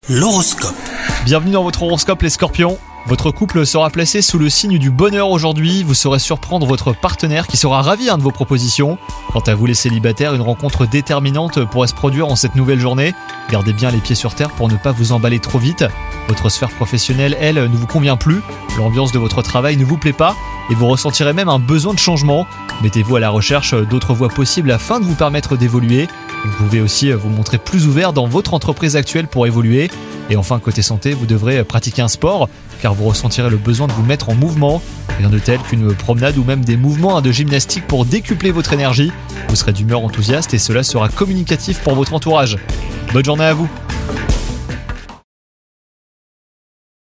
L'horoscope. Bienvenue dans votre horoscope les scorpions. Votre couple sera placé sous le signe du bonheur aujourd'hui. Vous saurez surprendre votre partenaire qui sera ravi de vos propositions. Quant à vous les célibataires, une rencontre déterminante pourrait se produire en cette nouvelle journée. Gardez bien les pieds sur terre pour ne pas vous emballer trop vite. Votre sphère professionnelle, elle, ne vous convient plus. L'ambiance de votre travail ne vous plaît pas et vous ressentirez même un besoin de changement. Mettez-vous à la recherche d'autres voies possibles afin de vous permettre d'évoluer. Vous pouvez aussi vous montrer plus ouvert dans votre entreprise actuelle pour évoluer. Et enfin, côté santé, vous devrez pratiquer un sport car vous ressentirez le besoin de vous mettre en mouvement. Rien de tel qu'une promenade ou même des mouvements de gymnastique pour décupler votre énergie. Vous serez d'humeur enthousiaste et cela sera communicatif pour votre entourage. Bonne journée à vous!